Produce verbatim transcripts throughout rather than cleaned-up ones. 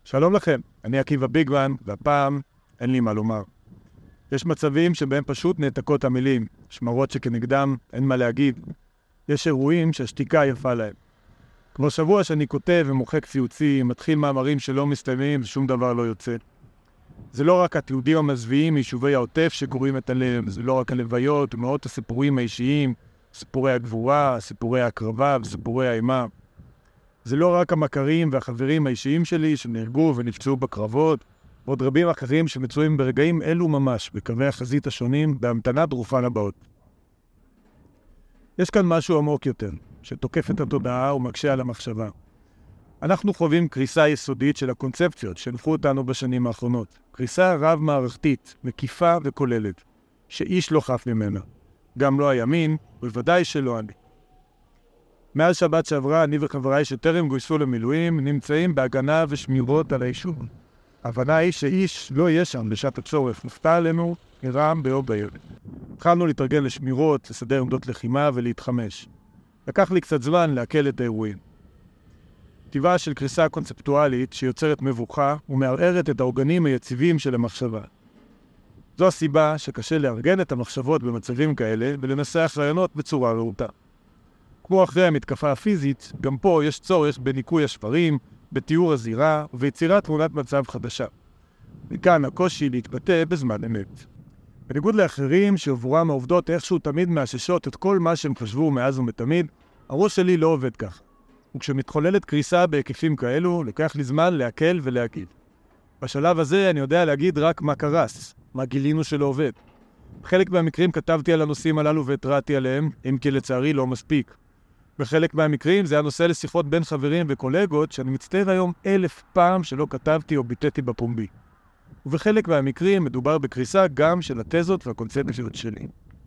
שלום לכם, אני עקיבא ביגמן, והפעם אין לי מה לומר. יש מצבים שבהם פשוט נעתקות המילים, שמרות שכנגדם אין מה להגיד. יש אירועים שהשתיקה יפה להם. כבר שבוע שאני כותב ומוחק ציוצים, מתחיל מאמרים שלא מסתיימים ושום דבר לא יוצא. זה לא רק התיעודים המזוויעים מיישובי העוטף שקוראים את הלב, זה לא רק הלוויות ומאות הסיפורים האישיים, סיפורי הגבורה, סיפורי ההקרבה וסיפורי האימה. זה לא רק המכרים והחברים האישיים שלי שנהרגו ונפצעו בקרבות, ועוד רבים אחרים שמצויים ברגעים אלו ממש בקווי החזית השונים בהמתנה דרופה לבאות. יש כאן משהו עמוק יותר, שתוקף את התודעה ומקשה על המחשבה. אנחנו חווים קריסה יסודית של הקונספציות שהנחו אותנו בשנים האחרונות. קריסה רב-מערכתית, מקיפה וכוללת, שאיש לא חף ממנה. גם לא הימין, ובוודאי שלא אני. מאז שבת שעברה, אני וחבריי שטרם גויסו למילואים נמצאים בהגנה ושמירות על היישוב. ההבנה היא שאיש לא יהיה שם בשעת הצורך, נפתה עלינו מרעם ביום בערב. התחלנו להתרגל לשמירות, לסדר עמדות לחימה ולהתחמש. לקח לי קצת זמן להקל את האירועים. טבעה של קריסה קונספטואלית שיוצרת מבוכה ומערערת את העוגנים היציבים של המחשבה. זו הסיבה שקשה לארגן את המחשבות במצבים כאלה ולנסח רעיונות בצורה רעותה. כמו אחרי המתקפה הפיזית, גם פה יש צורך בניקוי השפרים, בתיאור הזירה וביצירת תמונת מצב חדשה. וכאן הקושי להתבטא בזמן אמת. בניגוד לאחרים שעבורם העובדות איכשהו תמיד מאששות את כל מה שהם חשבו מאז ומתמיד, הראש שלי לא עובד כך. וכשמתחוללת קריסה בהיקפים כאלו, לקח לי זמן להקל ולהגיד. בשלב הזה אני יודע להגיד רק מה קרס, מה גילינו שלא עובד. בחלק מהמקרים כתבתי על הנושאים הללו והתרעתי עליהם, אם כי לצערי לא מספיק. בחלק מהמקרים זה הנושא לשיחות בין חברים וקולגות שאני מצטער היום אלף פעם שלא כתבתי או ביטאתי בפומבי. ובחלק מהמקרים מדובר בקריסה גם של התזות והקונספציות שלי.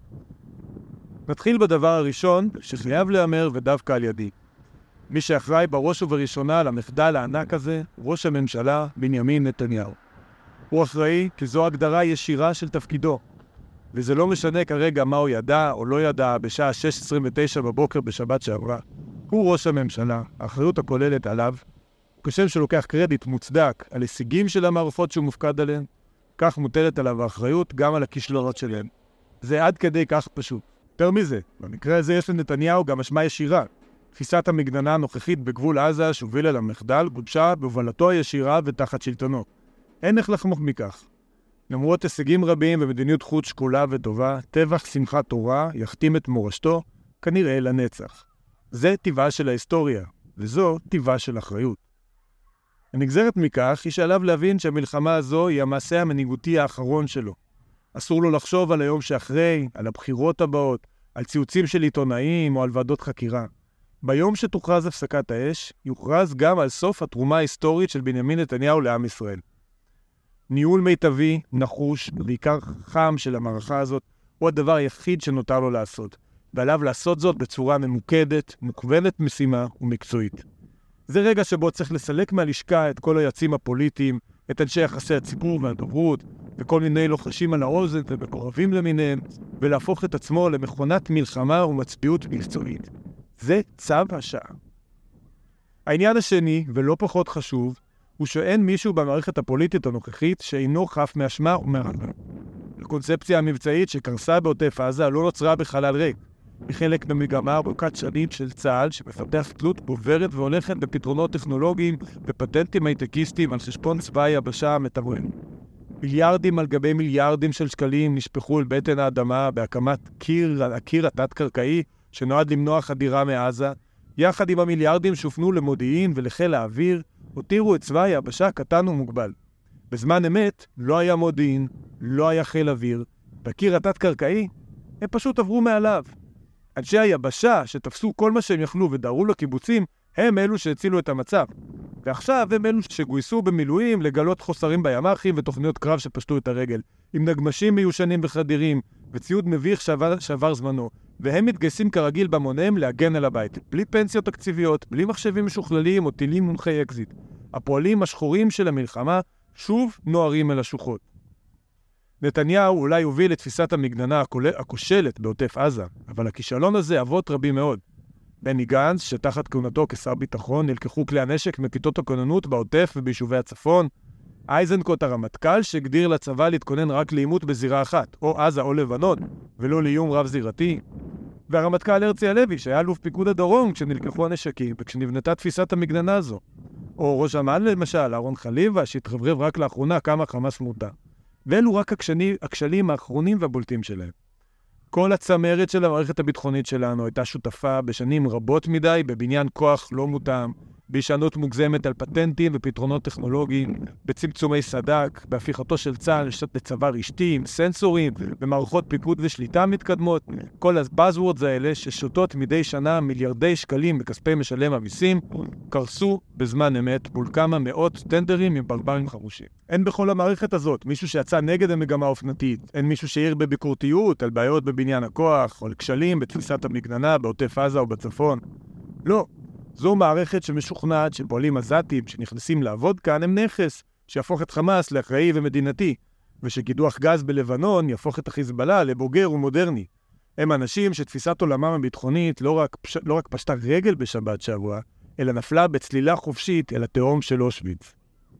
נתחיל בדבר הראשון שחייב לאמר ודווקא על ידי. מי שאחראי בראש ובראשונה על המחדל הענק הזה, ראש הממשלה בנימין נתניהו. הוא אחראי כי זו הגדרה ישירה של תפקידו. וזה לא משנה כרגע מה הוא ידע או לא ידע בשעה שש עשרים ותשע בבוקר בשבת שעברה. הוא ראש הממשלה, האחריות הכוללת עליו, כשם שלוקח קרדיט מוצדק על הישגים של המערכות שהוא מופקד עליהן, כך מוטלת עליו האחריות גם על הכישלונות שלהם. זה עד כדי כך פשוט. יותר מזה, במקרה הזה יש לנתניהו גם אשמה ישירה. תפיסת המגננה הנוכחית בגבול עזה שהובילה למחדל גובשה בהובלתו הישירה ותחת שלטונו. אין איך לחמוק מכך. למרות הישגים רבים ומדיניות חוץ שקולה וטובה, טבח שמחת תורה יחתים את מורשתו כנראה לנצח. זה טבעה של ההיסטוריה, וזו טבעה של אחריות. הנגזרת מכך היא שעליו להבין שהמלחמה הזו היא המעשה המנהיגותי האחרון שלו. אסור לו לחשוב על היום שאחרי, על הבחירות הבאות, על ציוצים של עיתונאים או על ועדות חקירה. ביום שתוכרז הפסקת האש, יוכרז גם על סוף התרומה ההיסטורית של בנימין נתניהו לעם ישראל. ניהול מיטבי, נחוש, בעיקר חם של המערכה הזאת, הוא הדבר היחיד שנותר לו לעשות, ועליו לעשות זאת בצורה ממוקדת, מוכוונת משימה ומקצועית. זה רגע שבו צריך לסלק מהלשכה את כל היועצים הפוליטיים, את אנשי יחסי הציבור והדוברות, וכל מיני לוחשים על האוזן ומקורבים למיניהם, ולהפוך את עצמו למכונת מלחמה ומצביעות מקצועית. זה צו השעה. העניין השני, ולא פחות חשוב, הוא שאין מישהו במערכת הפוליטית הנוכחית שאינו חף מאשמה ומערכה. הקונספציה המבצעית שקרסה בעוטף עזה לא נוצרה בחלל ריק. היא חלק ממגמה ארוכת שנים של צה"ל שמפתח תלות גוברת והולכת בפתרונות טכנולוגיים ופטנטים הייטקיסטיים על חשבון צבא היבשה המתרון. מיליארדים על גבי מיליארדים של שקלים נשפכו על בטן האדמה בהקמת קיר, הקיר התת-קרקעי שנועד למנוע חדירה מעזה, יחד עם המיליארדים שהופנו למודיעין ולחיל האוויר, הותירו את צבא היבשה קטן ומוגבל. בזמן אמת לא היה מודיעין, לא היה חיל אוויר, בקיר התת-קרקעי הם פשוט עברו מעליו. אנשי היבשה שתפסו כל מה שהם יכלו ודהרו לקיבוצים, הם אלו שהצילו את המצב. ועכשיו הם אלו שגויסו במילואים לגלות חוסרים בימ"חים ותוכניות קרב שפשטו את הרגל, עם נגמשים מיושנים וחדירים וציוד מביך שעבר, שעבר זמנו, והם מתגייסים כרגיל במונם להגן על הבית, בלי פנסיות תקציביות, בלי מחשבים משוכללים או טילים מונחי אקזיט. הפועלים השחורים של המלחמה שוב נוערים אל השוחות. נתניהו אולי הוביל את תפיסת המגננה הכושלת בעוטף עזה, אבל הכישלון הזה אבות רבים מאוד. בני גנץ, שתחת כהונתו כשר ביטחון, נלקחו כלי הנשק מכיתות הכוננות בעוטף וביישובי הצפון. אייזנקוט הרמטכ"ל, שהגדיר לצבא להתכונן רק לאימות בזירה אחת, או עזה או לבנון, ולא לאיום רב-זירתי. והרמטכ"ל הרצי הלוי, שהיה אלוף פיקוד הדרום כשנלקחו הנשקים וכשנבנתה תפיסת המגננה הזו. או ראש אמ"ן למשל, אהרון חליבה, שהתרברב רק לאחרונה כמה חמאס מורתע. ואלו רק הכשני, הכשלים האחרונים והבולטים שלהם. כל הצמרת של המערכת הביטחונית שלנו הייתה שותפה בשנים רבות מדי בבניין כוח לא מותאם, בהישענות מוגזמת על פטנטים ופתרונות טכנולוגיים, בצמצומי סד"כ, בהפיכתו של צה"ל לצבא רשתי, עם סנסורים, במערכות פיקוד ושליטה מתקדמות, כל הבאזוורדס האלה ששותות מדי שנה מיליארדי שקלים בכספי משלם המיסים, קרסו בזמן אמת מול כמה מאות טנדרים עם ברברים חמושים. אין בכל המערכת הזאת מישהו שיצא נגד המגמה האופנתית, אין מישהו שהעיר בביקורתיות על בעיות בבניין הכוח, או על כשלים בתפיסת המגננה בעוטף עזה או בצפון. לא. זו מערכת שמשוכנעת שפועלים עזתים שנכנסים לעבוד כאן הם נכס, שיהפוך את חמאס לאחראי ומדינתי, ושקידוח גז בלבנון יהפוך את החיזבאללה לבוגר ומודרני. הם אנשים שתפיסת עולמם הביטחונית לא רק, פש... לא רק פשטה רגל בשבת שעברה, אלא נפלה בצלילה חופשית אל התהום של אושוויץ.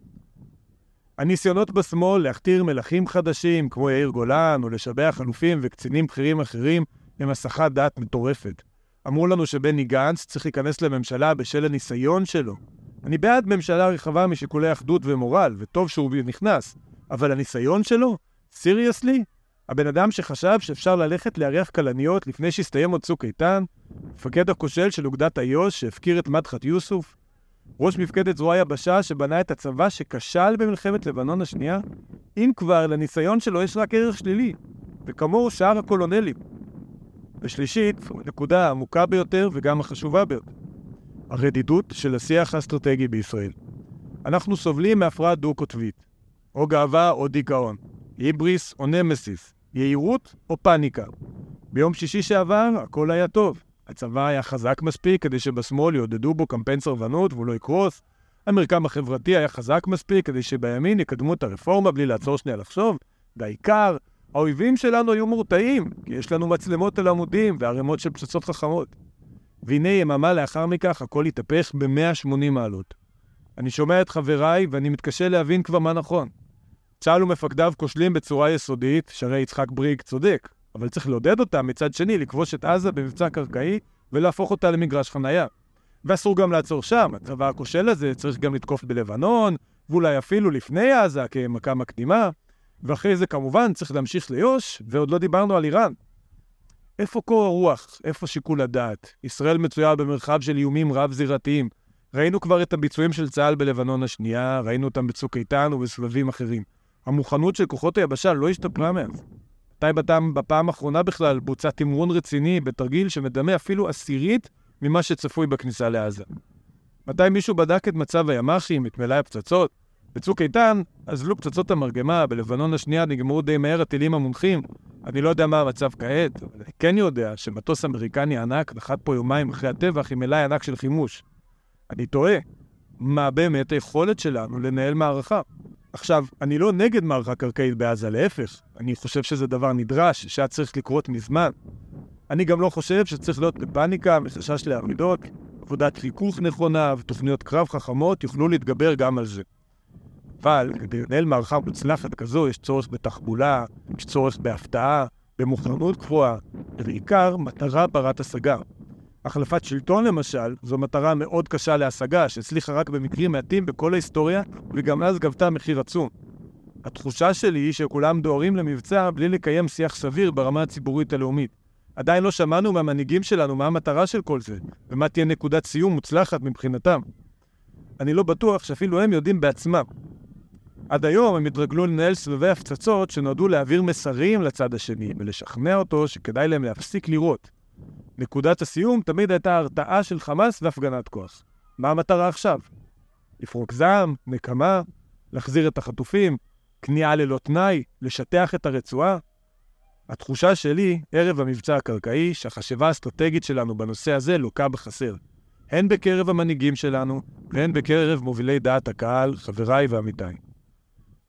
הניסיונות בשמאל להכתיר מלכים חדשים כמו יאיר גולן או לשבח אלופים וקצינים בכירים אחרים הם הסחת דעת מטורפת. אמרו לנו שבני גנץ צריך להיכנס לממשלה בשל הניסיון שלו. אני בעד ממשלה רחבה משיקולי אחדות ומורל, וטוב שהוא נכנס. אבל הניסיון שלו? סיריוסלי? הבן אדם שחשב שאפשר ללכת להריח קלניות לפני שהסתיים עוד צוק איתן? מפקד הכושל של אוגדת איו"ש שהפקיר את מדחת יוסוף? ראש מפקדת זרוע יבשה שבנה את הצבא שכשל במלחמת לבנון השנייה? אם כבר, לניסיון שלו יש רק ערך שלילי, וכמו שאר הקולונלים. ושלישית, נקודה העמוקה ביותר וגם החשובה ביותר. הרדידות של השיח האסטרטגי בישראל. אנחנו סובלים מהפרעה דו-קוטבית. או גאווה או דיכאון. היבריס או נמסיס. יהירות או פאניקה. ביום שישי שעבר הכל היה טוב. הצבא היה חזק מספיק כדי שבשמאל יעודדו בו קמפיין סרבנות והוא לא יקרוס. המרקם החברתי היה חזק מספיק כדי שבימין יקדמו את הרפורמה בלי לעצור שנייה לחשוב. והעיקר, האויבים שלנו היו מורתעים, כי יש לנו מצלמות על עמודים וערימות של פצצות חכמות. והנה יממה לאחר מכך הכל התהפך ב-מאה ושמונים מעלות. אני שומע את חבריי ואני מתקשה להבין כבר מה נכון. צה"ל ומפקדיו כושלים בצורה יסודית, שהרי יצחק בריק צודק, אבל צריך לעודד אותם מצד שני לכבוש את עזה במבצע קרקעי ולהפוך אותה למגרש חנייה. ואסור גם לעצור שם, הצבא הכושל הזה צריך גם לתקוף בלבנון, ואולי אפילו לפני עזה כמכה מקדימה, ואחרי זה כמובן צריך להמשיך ליו"ש, ועוד לא דיברנו על איראן. איפה קור הרוח? איפה שיקול הדעת? ישראל מצויה במרחב של איומים רב-זירתיים. ראינו כבר את הביצועים של צה"ל בלבנון השנייה, ראינו אותם בצוק איתן ובסבבים אחרים. המוכנות של כוחות היבשה לא השתפרה מאז. מתי בתם, בפעם האחרונה בכלל בוצע תמרון רציני בתרגיל שמדמה אפילו עשירית ממה שצפוי בכניסה לעזה. מתי מישהו בדק את מצב הימ"חים, את מלאי הפצצות? בצוק איתן, אזלו פצצות המרגמה, בלבנון השנייה נגמרו די מהר הטילים המונחים. אני לא יודע מה המצב כעת, אבל אני כן יודע שמטוס אמריקני ענק נחת פה יומיים אחרי הטבח עם מלאי ענק של חימוש. אני טועה, מה באמת היכולת שלנו לנהל מערכה? עכשיו, אני לא נגד מערכה קרקעית בעזה, להפך. אני חושב שזה דבר נדרש, שהיה צריך לקרות מזמן. אני גם לא חושב שצריך להיות בפאניקה, מחשש לעמידות, עבודת חיכוך נכונה ותוכניות קרב חכמות יוכלו להתגבר גם על זה. אבל כדי לנהל מערכה מוצלחת כזו, יש צורך בתחבולה, יש צורך בהפתעה, במוכנות גבוהה, ובעיקר מטרה ברת השגה. החלפת שלטון למשל, זו מטרה מאוד קשה להשגה, שהצליחה רק במקרים מעטים בכל ההיסטוריה, וגם אז גבתה מחיר עצום. התחושה שלי היא שכולם דוהרים למבצע בלי לקיים שיח סביר ברמה הציבורית הלאומית. עדיין לא שמענו מהמנהיגים שלנו מה המטרה של כל זה, ומה תהיה נקודת סיום מוצלחת מבחינתם. אני לא בטוח שאפילו הם יודעים בעצמם. עד היום הם התרגלו לנהל סבבי הפצצות שנועדו להעביר מסרים לצד השני, ולשכנע אותו שכדאי להם להפסיק לראות. נקודת הסיום תמיד הייתה הרתעה של חמאס והפגנת כוח. מה המטרה עכשיו? לפרוק זעם, נקמה, להחזיר את החטופים, כניעה ללא תנאי, לשטח את הרצועה? התחושה שלי, ערב המבצע הקרקעי, שהחשיבה האסטרטגית שלנו בנושא הזה לוקה בחסר. הן בקרב המנהיגים שלנו, והן בקרב מובילי דעת הקהל, חבריי ועמיתיי.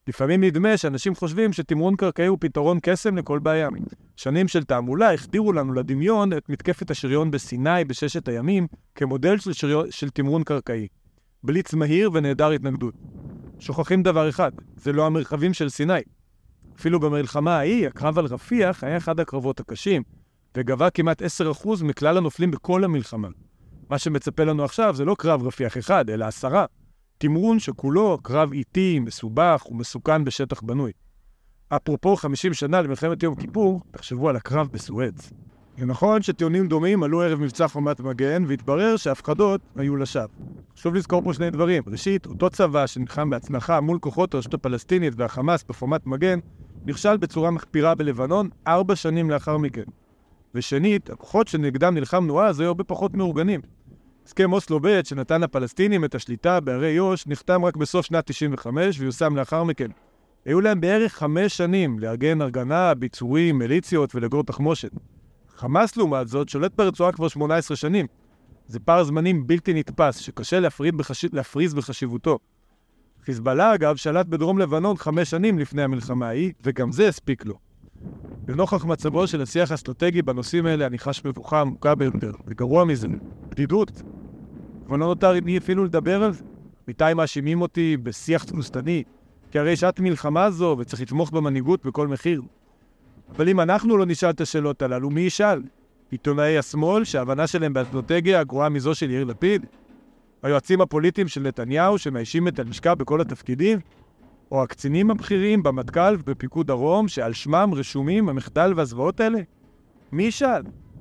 לפעמים נדמה שאנשים חושבים שתמרון קרקעי הוא פתרון קסם לכל בעיה. שנים של תעמולה הכתירו לנו לדמיון את מתקפת השריון בסיני בששת הימים כמודל של, שריון, של תמרון קרקעי. בליץ מהיר ונהדר התנגדות. שוכחים דבר אחד, זה לא המרחבים של סיני. אפילו במלחמה ההיא, הקרב על רפיח היה אחד הקרבות הקשים, וגבה כמעט עשרה אחוז מכלל הנופלים בכל המלחמה. מה שמצפה לנו עכשיו זה לא קרב רפיח אחד, אלא עשרה. תמרון שכולו קרב איטי, מסובך ומסוכן בשטח בנוי. אפרופו חמישים שנה למלחמת יום כיפור, תחשבו על הקרב בסואץ. זה נכון שטיעונים דומים עלו ערב מבצע חומת מגן, והתברר שההפחדות היו לשווא. חשוב לזכור פה שני דברים. ראשית, אותו צבא שנלחם בהצלחה מול כוחות הרשות הפלסטינית והחמאס בחומת מגן, נכשל בצורה מחפירה בלבנון ארבע שנים לאחר מכן. ושנית, הכוחות שנגדם נלחמנו אז היו הרבה פחות מאורגנים. הסכם אוסלו ב' שנתן לפלסטינים את השליטה בערי יו"ש נחתם רק בסוף שנת תשעים וחמש ויושם לאחר מכן. היו להם בערך חמש שנים לארגן ארגנה, ביצורים, מיליציות ולגור תחמושת. חמאס לעומת זאת שולט ברצועה כבר שמונה עשרה שנים. זה פער זמנים בלתי נתפס שקשה להפריד בחש... להפריז בחשיבותו. חיזבאללה אגב שלט בדרום לבנון חמש שנים לפני המלחמה ההיא, וגם זה הספיק לו. לנוכח מצבו של השיח האסטרטגי בנושאים האלה אני חש מבוכה עמוקה ביותר, וגרוע מזה, בדידות. אבל לא נותר לי אפילו לדבר על זה. מתי מאשימים אותי בשיח תבוסתני, כי הרי שעת מלחמה זו וצריך לתמוך במנהיגות בכל מחיר. אבל אם אנחנו לא נשאל את השאלות הללו, מי ישאל? עיתונאי השמאל שההבנה שלהם באסטרטגיה הגרועה מזו של יאיר לפיד? היועצים הפוליטיים של נתניהו שמאיישים את הלשכה בכל התפקידים? או הקצינים הבכירים במטכ"ל ובפיקוד דרום שעל שמם רשומים המחדל והזוועות האלה? מי ישאל?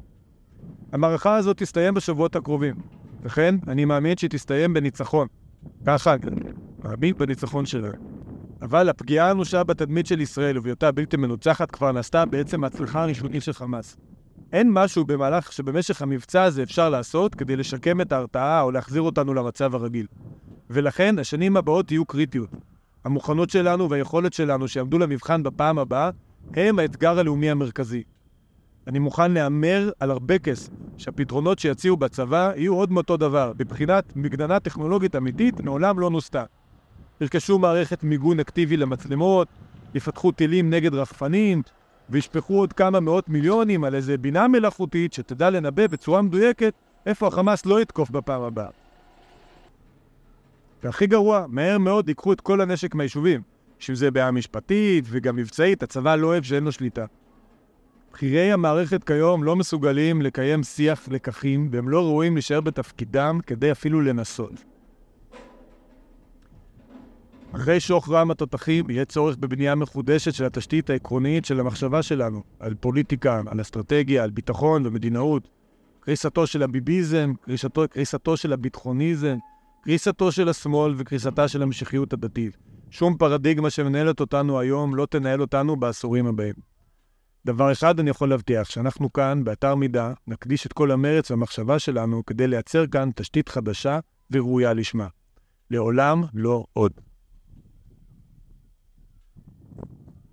המערכה הזאת תסתיים בשבועות הקרובים. לכן אני מאמין שהיא תסתיים בניצחון. ככה, מאמין בניצחון שלה. אבל הפגיעה האנושה בתדמית של ישראל ובהיותה בלתי מנוצחת כבר נעשתה בעצם ההצלחה הראשונית של חמאס. אין משהו במהלך שבמשך המבצע הזה אפשר לעשות כדי לשקם את ההרתעה או להחזיר אותנו למצב הרגיל. ולכן השנים הבאות יהיו קריטיות. המוכנות שלנו והיכולת שלנו שיעמדו למבחן בפעם הבאה הם האתגר הלאומי המרכזי. אני מוכן לאמר על הרבה כסף שהפתרונות שיציעו בצבא יהיו עוד מאותו דבר. בבחינת מגננה טכנולוגית אמיתית מעולם לא נוסתה. ירכשו מערכת מיגון אקטיבי למצלמות, יפתחו טילים נגד רחפנים, וישפכו עוד כמה מאות מיליונים על איזה בינה מלאכותית שתדע לנבא בצורה מדויקת איפה החמאס לא יתקוף בפעם הבאה. והכי גרוע, מהר מאוד ייקחו את כל הנשק מהיישובים, שזה בעיה משפטית וגם מבצעית, הצבא לא אוהב שאין לו שליטה. בחירי המערכת כיום לא מסוגלים לקיים שיח לקחים, והם לא ראויים להישאר בתפקידם כדי אפילו לנסות. אחרי שוך רם התותחים יהיה צורך בבנייה מחודשת של התשתית העקרונית של המחשבה שלנו, על פוליטיקה, על אסטרטגיה, על ביטחון ומדינאות, קריסתו של הביביזם, קריסתו, קריסתו של הביטחוניזם, קריסתו של השמאל וקריסתה של המשיחיות הדתית. שום פרדיגמה שמנהלת אותנו היום לא תנהל אותנו בעשורים הבאים. דבר אחד אני יכול להבטיח, שאנחנו כאן, באתר מידע, נקדיש את כל המרץ והמחשבה שלנו כדי לייצר כאן תשתית חדשה וראויה לשמה. לעולם לא עוד.